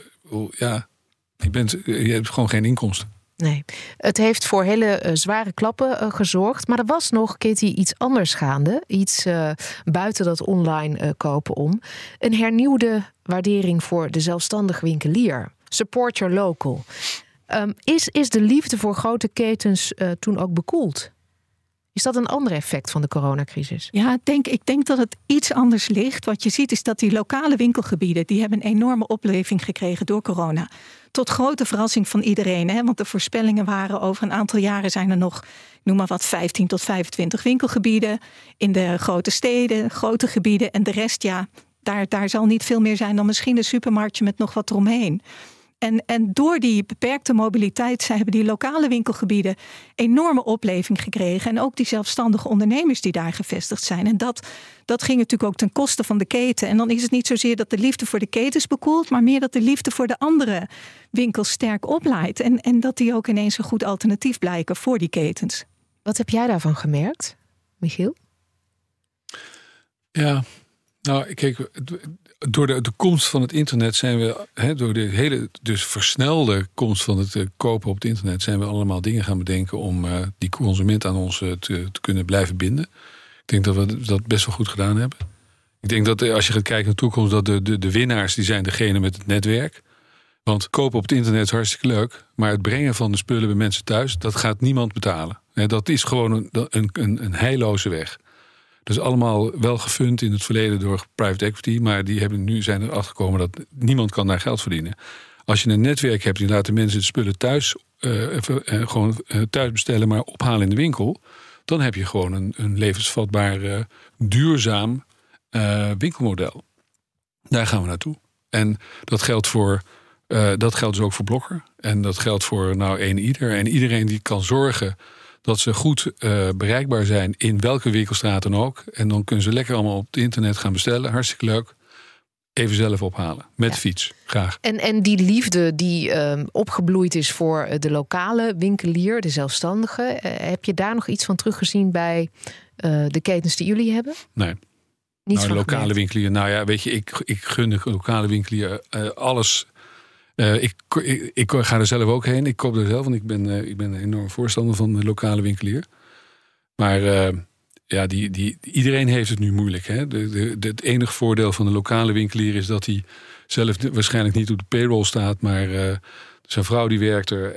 je hebt gewoon geen inkomsten. Nee, het heeft voor hele zware klappen gezorgd. Maar er was nog, Katie, iets anders gaande. Iets buiten dat online kopen om. Een hernieuwde waardering voor de zelfstandig winkelier. Support your local. Is de liefde voor grote ketens toen ook bekoeld? Is dat een ander effect van de coronacrisis? Ja, ik denk dat het iets anders ligt. Wat je ziet is dat die lokale winkelgebieden, die hebben een enorme opleving gekregen door corona. Tot grote verrassing van iedereen. Hè? Want de voorspellingen waren over een aantal jaren zijn er nog, noem maar wat, 15 tot 25 winkelgebieden. In de grote steden, grote gebieden. En de rest, daar zal niet veel meer zijn dan misschien een supermarktje met nog wat eromheen. En door die beperkte mobiliteit hebben die lokale winkelgebieden enorme opleving gekregen. En ook die zelfstandige ondernemers die daar gevestigd zijn. En dat ging natuurlijk ook ten koste van de keten. En dan is het niet zozeer dat de liefde voor de ketens bekoelt, maar meer dat de liefde voor de andere winkels sterk oplaait. En dat die ook ineens een goed alternatief blijken voor die ketens. Wat heb jij daarvan gemerkt, Michiel? Ja, nou, kijk, door de komst van het internet zijn we, door de hele versnelde komst van het kopen op het internet, zijn we allemaal dingen gaan bedenken om die consument aan ons te kunnen blijven binden. Ik denk dat we dat best wel goed gedaan hebben. Ik denk dat als je gaat kijken naar de toekomst, dat de winnaars die zijn degene met het netwerk. Want kopen op het internet is hartstikke leuk, maar het brengen van de spullen bij mensen thuis, dat gaat niemand betalen. Dat is gewoon een heilloze weg. Dus allemaal wel gefund in het verleden door private equity, maar die zijn erachter gekomen dat niemand kan daar geld verdienen. Als je een netwerk hebt, die laat de mensen de spullen thuis thuis bestellen, maar ophalen in de winkel, dan heb je gewoon een levensvatbaar, duurzaam winkelmodel. Daar gaan we naartoe. En dat geldt dus ook voor Blokker. En dat geldt voor ieder. En iedereen die kan zorgen dat ze goed bereikbaar zijn in welke winkelstraat dan ook. En dan kunnen ze lekker allemaal op het internet gaan bestellen. Hartstikke leuk. Even zelf ophalen. Met de fiets. Graag. En die liefde die opgebloeid is voor de lokale winkelier, de zelfstandige. Heb je daar nog iets van teruggezien bij de ketens die jullie hebben? Nee. Niets de lokale winkelier. Nou ja, weet je, ik gun de lokale winkelier alles. Ik ga er zelf ook heen. Ik koop er zelf, want ik ben een enorm voorstander van de lokale winkelier. Maar iedereen heeft het nu moeilijk. Hè? Het enige voordeel van de lokale winkelier is dat hij zelf waarschijnlijk niet op de payroll staat, maar zijn vrouw die werkt er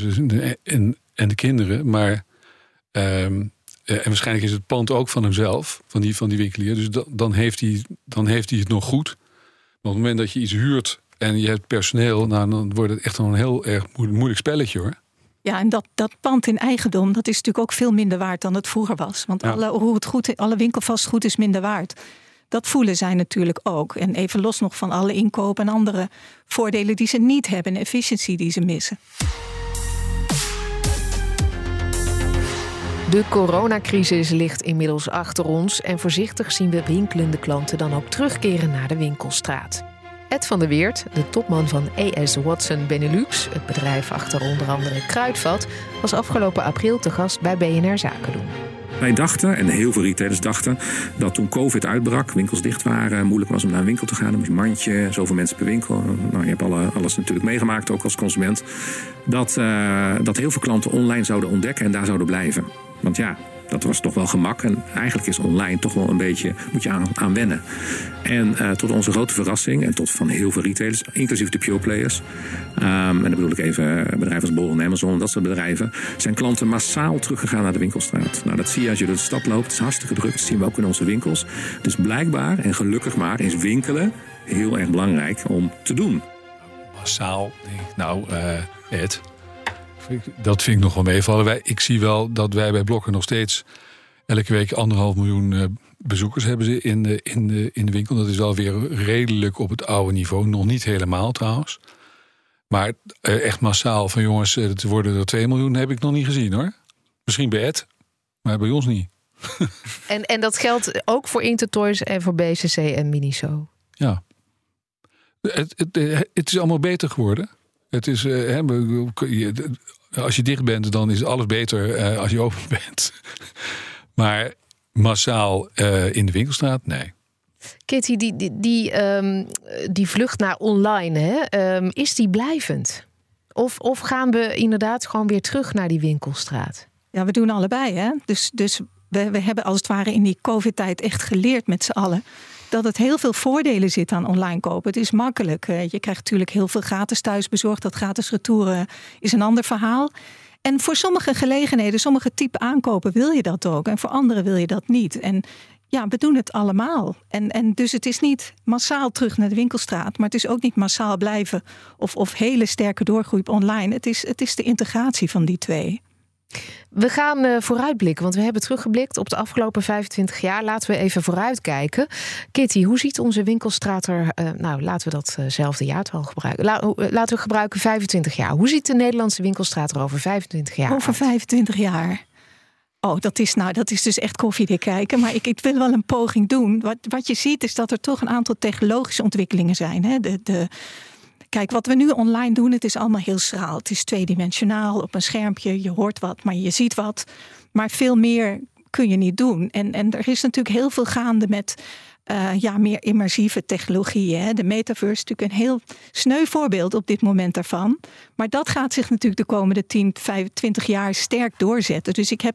en de kinderen. Maar en waarschijnlijk is het pand ook van hemzelf, van die winkelier. Dus dan heeft hij het nog goed. Maar op het moment dat je iets huurt en je hebt personeel, dan wordt het echt een heel erg moeilijk spelletje, hoor. Ja, en dat pand in eigendom, dat is natuurlijk ook veel minder waard dan het vroeger was. Want alle winkelvastgoed is minder waard. Dat voelen zij natuurlijk ook. En even los nog van alle inkoop en andere voordelen die ze niet hebben en efficiëntie die ze missen. De coronacrisis ligt inmiddels achter ons en voorzichtig zien we winkelende klanten dan ook terugkeren naar de winkelstraat. Ed van der Weert, de topman van A.S. Watson Benelux, het bedrijf achter onder andere Kruidvat, was afgelopen april te gast bij BNR Zaken doen. Wij dachten, en heel veel retailers dachten, dat toen COVID uitbrak, winkels dicht waren, moeilijk was om naar een winkel te gaan, dan moest je een mandje, zoveel mensen per winkel. Nou, je hebt alles natuurlijk meegemaakt, ook als consument. Dat heel veel klanten online zouden ontdekken en daar zouden blijven. Want ja, dat was toch wel gemak. En eigenlijk is online toch wel een beetje, moet je aan wennen. En tot onze grote verrassing, en tot van heel veel retailers, inclusief de pure players. En dan bedoel ik even bedrijven als Bol en Amazon, dat soort bedrijven. Zijn klanten massaal teruggegaan naar de winkelstraat. Nou, dat zie je als je door de stad loopt. Het is hartstikke druk. Dat zien we ook in onze winkels. Dus blijkbaar, en gelukkig maar, is winkelen heel erg belangrijk om te doen. Massaal, Ed. Dat vind ik nog wel meevallen. Ik zie wel dat wij bij Blokker nog steeds elke week 1,5 miljoen bezoekers hebben ze in de winkel. Dat is wel weer redelijk op het oude niveau. Nog niet helemaal trouwens. Maar echt massaal van jongens, het worden er 2 miljoen heb ik nog niet gezien, hoor. Misschien bij Ed, maar bij ons niet. En dat geldt ook voor Intertoys en voor BCC en Miniso. Ja. Het is allemaal beter geworden. Het is, als je dicht bent, dan is alles beter als je open bent. Maar massaal in de winkelstraat, nee. Kitty, die vlucht naar online, is die blijvend? Of gaan we inderdaad gewoon weer terug naar die winkelstraat? Ja, we doen allebei. Hè? Dus we hebben als het ware in die COVID-tijd echt geleerd met z'n allen dat het heel veel voordelen zit aan online kopen. Het is makkelijk. Je krijgt natuurlijk heel veel gratis thuisbezorgd. Dat gratis retouren is een ander verhaal. En voor sommige gelegenheden, sommige type aankopen wil je dat ook. En voor anderen wil je dat niet. En ja, we doen het allemaal. En dus het is niet massaal terug naar de winkelstraat. Maar het is ook niet massaal blijven of hele sterke doorgroei op online. Het is de integratie van die twee. We gaan vooruitblikken, want we hebben teruggeblikt op de afgelopen 25 jaar. Laten we even vooruitkijken. Kitty, hoe ziet onze winkelstraat er... laten we datzelfde jaartal gebruiken. Laten we gebruiken 25 jaar. Hoe ziet de Nederlandse winkelstraat er over 25 jaar Over 25 jaar? Oh, dat is dus echt koffiedik kijken. Maar ik wil wel een poging doen. Wat je ziet is dat er toch een aantal technologische ontwikkelingen zijn. Hè? Kijk, wat we nu online doen, het is allemaal heel schraal. Het is tweedimensionaal op een schermpje. Je hoort wat, maar je ziet wat. Maar veel meer kun je niet doen. En er is natuurlijk heel veel gaande met meer immersieve technologieën. Hè. De metaverse is natuurlijk een heel sneu voorbeeld op dit moment daarvan. Maar dat gaat zich natuurlijk de komende 10, 25 jaar sterk doorzetten. Dus ik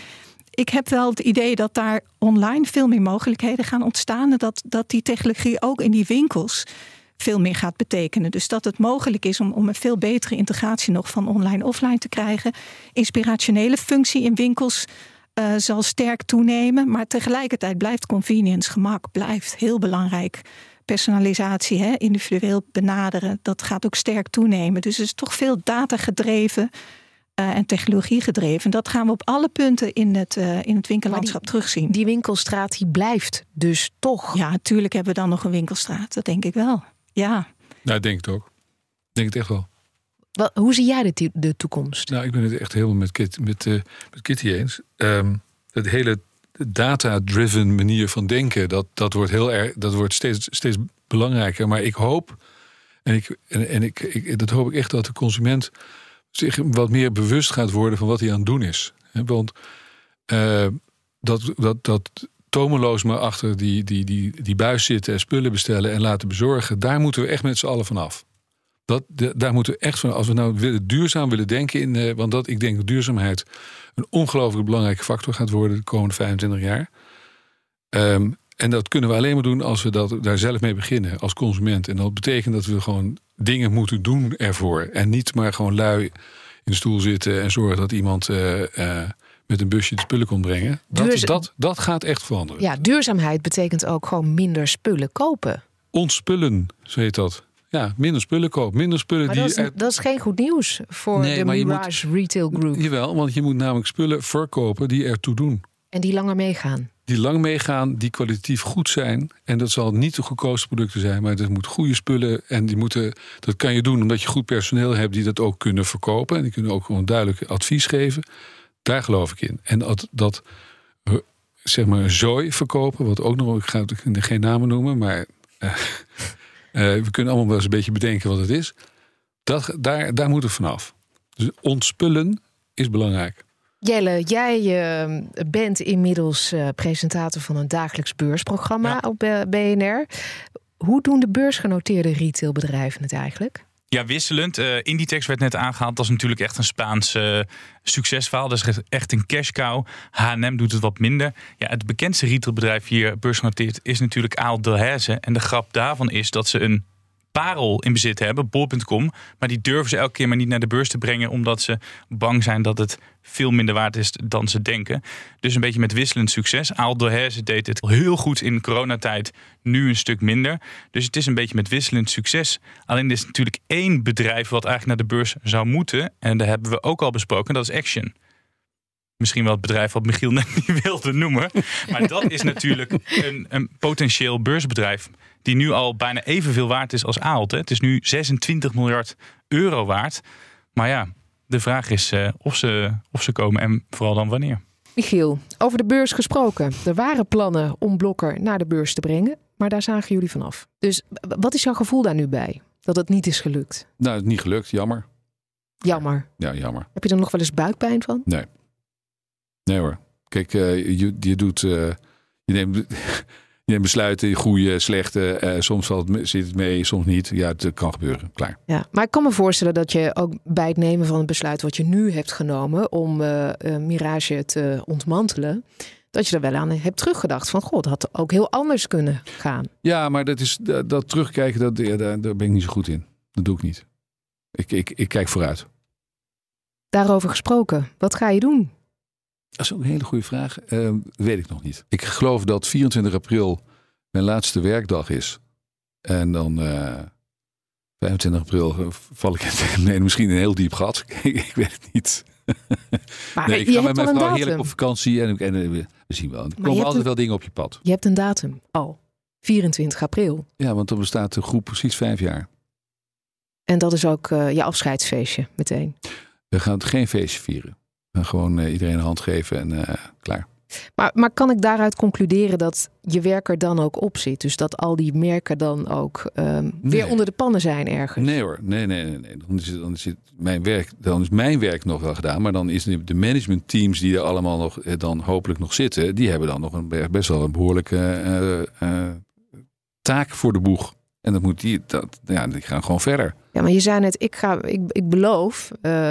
heb wel het idee dat daar online veel meer mogelijkheden gaan ontstaan. En dat die technologie ook in die winkels veel meer gaat betekenen. Dus dat het mogelijk is om een veel betere integratie nog van online-offline te krijgen. Inspirationele functie in winkels zal sterk toenemen. Maar tegelijkertijd blijft convenience, gemak, blijft heel belangrijk. Personalisatie, individueel benaderen, dat gaat ook sterk toenemen. Dus het is toch veel data gedreven en technologie gedreven. Dat gaan we op alle punten in het winkellandschap terugzien. Die winkelstraat die blijft dus toch? Ja, natuurlijk hebben we dan nog een winkelstraat. Dat denk ik wel. Ja. Nou, ik denk het ook. Ik denk het echt wel. Hoe zie jij de toekomst? Nou, ik ben het echt helemaal met Kitty eens. Het hele data-driven manier van denken, dat wordt heel erg, dat wordt steeds belangrijker. Maar ik hoop, dat hoop ik echt, dat de consument zich wat meer bewust gaat worden van wat hij aan het doen is. Want dat tomeloos maar achter die buis zitten en spullen bestellen en laten bezorgen, daar moeten we echt met z'n allen van af. Daar moeten we echt van, als we nou duurzaam willen denken, want ik denk dat duurzaamheid een ongelooflijk belangrijke factor gaat worden de komende 25 jaar. En dat kunnen we alleen maar doen als we daar zelf mee beginnen als consument. En dat betekent dat we gewoon dingen moeten doen ervoor. En niet maar gewoon lui in de stoel zitten en zorgen dat iemand met een busje de spullen komt brengen. Dat gaat echt veranderen. Ja, duurzaamheid betekent ook gewoon minder spullen kopen. Ontspullen, zo heet dat. Ja, minder spullen kopen. Minder spullen maar dat is geen goed nieuws voor de Mirage Retail Group. Jawel, want je moet namelijk spullen verkopen die ertoe doen. En die langer meegaan. Die lang meegaan, die kwalitatief goed zijn. En dat zal niet de goedkoopste producten zijn, maar dat moet goede spullen. En dat kan je doen omdat je goed personeel hebt die dat ook kunnen verkopen. En die kunnen ook gewoon duidelijk advies geven. Daar geloof ik in. En dat zeg maar zooi verkopen, wat ook nog, ik ga geen namen noemen, maar we kunnen allemaal wel eens een beetje bedenken wat het is. Daar moet het vanaf. Dus ontspullen is belangrijk. Jelle, jij bent inmiddels presentator van een dagelijks beursprogramma op BNR. Hoe doen de beursgenoteerde retailbedrijven het eigenlijk? Ja, wisselend. Inditex werd net aangehaald. Dat is natuurlijk echt een Spaans succesverhaal. Dat is echt een cash cow. H&M doet het wat minder. Ja, het bekendste retailbedrijf hier beursgenoteerd is natuurlijk Ahold Delhaize. En de grap daarvan is dat ze een parel in bezit hebben, bol.com. Maar die durven ze elke keer maar niet naar de beurs te brengen, omdat ze bang zijn dat het veel minder waard is dan ze denken. Dus een beetje met wisselend succes. Ahold Delhaize deed het heel goed in coronatijd, nu een stuk minder. Dus het is een beetje met wisselend succes. Alleen er is natuurlijk één bedrijf wat eigenlijk naar de beurs zou moeten. En daar hebben we ook al besproken, dat is Action. Misschien wel het bedrijf wat Michiel net niet wilde noemen. Maar dat is natuurlijk een potentieel beursbedrijf die nu al bijna evenveel waard is als Ahold. Het is nu 26 miljard euro waard. Maar ja, de vraag is of ze komen en vooral dan wanneer. Michiel, over de beurs gesproken. Er waren plannen om Blokker naar de beurs te brengen, maar daar zagen jullie vanaf. Dus wat is jouw gevoel daar nu bij? Dat het niet is gelukt? Nou, het is niet gelukt. Jammer. Jammer? Ja, jammer. Heb je er nog wel eens buikpijn van? Nee. Nee hoor. Kijk, je neemt besluiten, goede, slechte. Soms zit het mee, soms niet. Ja, het kan gebeuren. Klaar. Ja, maar ik kan me voorstellen dat je ook bij het nemen van het besluit wat je nu hebt genomen om Mirage te ontmantelen, dat je er wel aan hebt teruggedacht van, god, had ook heel anders kunnen gaan. Ja, maar dat terugkijken, daar ben ik niet zo goed in. Dat doe ik niet. Ik kijk vooruit. Daarover gesproken, wat ga je doen? Dat is ook een hele goede vraag. Weet ik nog niet. Ik geloof dat 24 april mijn laatste werkdag is. En dan 25 april val ik misschien een heel diep gat. Ik weet het niet. Maar ik ga met mijn vrouw heerlijk op vakantie. En we zien wel. Er komen altijd wel dingen op je pad. Je hebt een datum al. 24 april. Ja, want dan bestaat de groep precies 5 jaar. En dat is ook je afscheidsfeestje meteen. We gaan geen feestje vieren. We gaan gewoon iedereen een hand geven en klaar. Maar kan ik daaruit concluderen dat je werk er dan ook op zit? Dus dat al die merken dan ook weer onder de pannen zijn ergens? Nee hoor, nee. Dan is mijn werk nog wel gedaan. Maar dan is de managementteams die er allemaal nog dan hopelijk nog zitten, die hebben dan nog best wel een behoorlijke taak voor de boeg. En die gaan gewoon verder. Ja, maar je zei net, ik beloof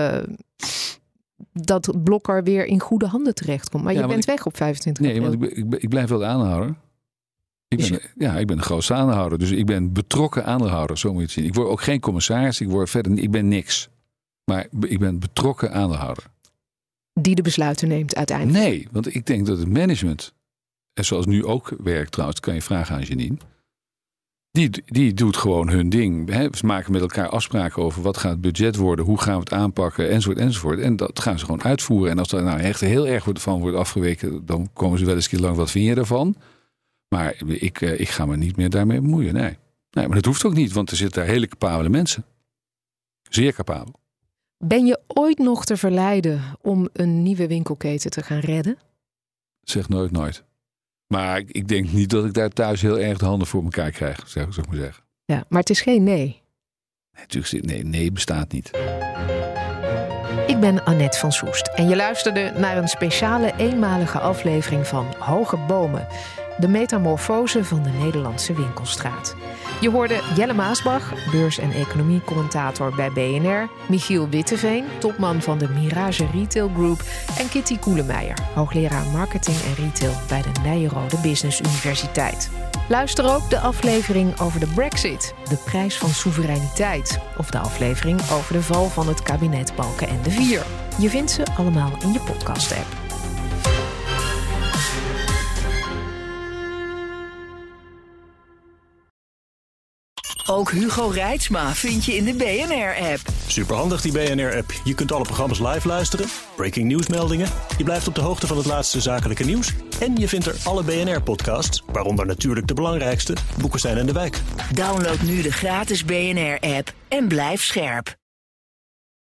dat Blokker weer in goede handen terechtkomt. Maar je bent weg op 25 april. Nee, want ik blijf wel de aandeelhouder. Ik ben de grootste aandeelhouder. Dus ik ben betrokken aandeelhouder, zo moet je het zien. Ik word ook geen commissaris, ik ben niks. Maar ik ben betrokken aandeelhouder. Die de besluiten neemt uiteindelijk? Nee, want ik denk dat het management, en zoals nu ook werkt trouwens, kan je vragen aan Janine. Die doet gewoon hun ding. Ze maken met elkaar afspraken over wat gaat het budget worden, hoe gaan we het aanpakken, enzovoort. En dat gaan ze gewoon uitvoeren. En als er nou echt heel erg van wordt afgeweken, dan komen ze wel eens een keer lang, wat vind je ervan? Maar ik ga me niet meer daarmee bemoeien, nee. Nee, maar dat hoeft ook niet, want er zitten daar hele capabele mensen. Zeer capabel. Ben je ooit nog te verleiden om een nieuwe winkelketen te gaan redden? Zeg nooit. Maar ik denk niet dat ik daar thuis heel erg de handen voor elkaar krijg, zou ik maar zeggen. Ja, maar het is geen nee. Nee, bestaat niet. Ik ben Annette van Soest en je luisterde naar een speciale eenmalige aflevering van Hoge Bomen. De metamorfose van de Nederlandse winkelstraat. Je hoorde Jelle Maasbach, beurs- en economie-commentator bij BNR... Michiel Witteveen, topman van de Mirage Retail Group... en Kitty Koelemeijer, hoogleraar marketing en retail... bij de Nyenrode Business Universiteit. Luister ook de aflevering over de Brexit, de prijs van soevereiniteit... of de aflevering over de val van het kabinet Balkenende 4. Je vindt ze allemaal in je podcast-app. Ook Hugo Reitsma vind je in de BNR-app. Superhandig die BNR-app. Je kunt alle programma's live luisteren, breaking nieuwsmeldingen. Je blijft op de hoogte van het laatste zakelijke nieuws. En je vindt er alle BNR-podcasts, waaronder natuurlijk de belangrijkste, Boekenstein en de Wijk. Download nu de gratis BNR-app en blijf scherp.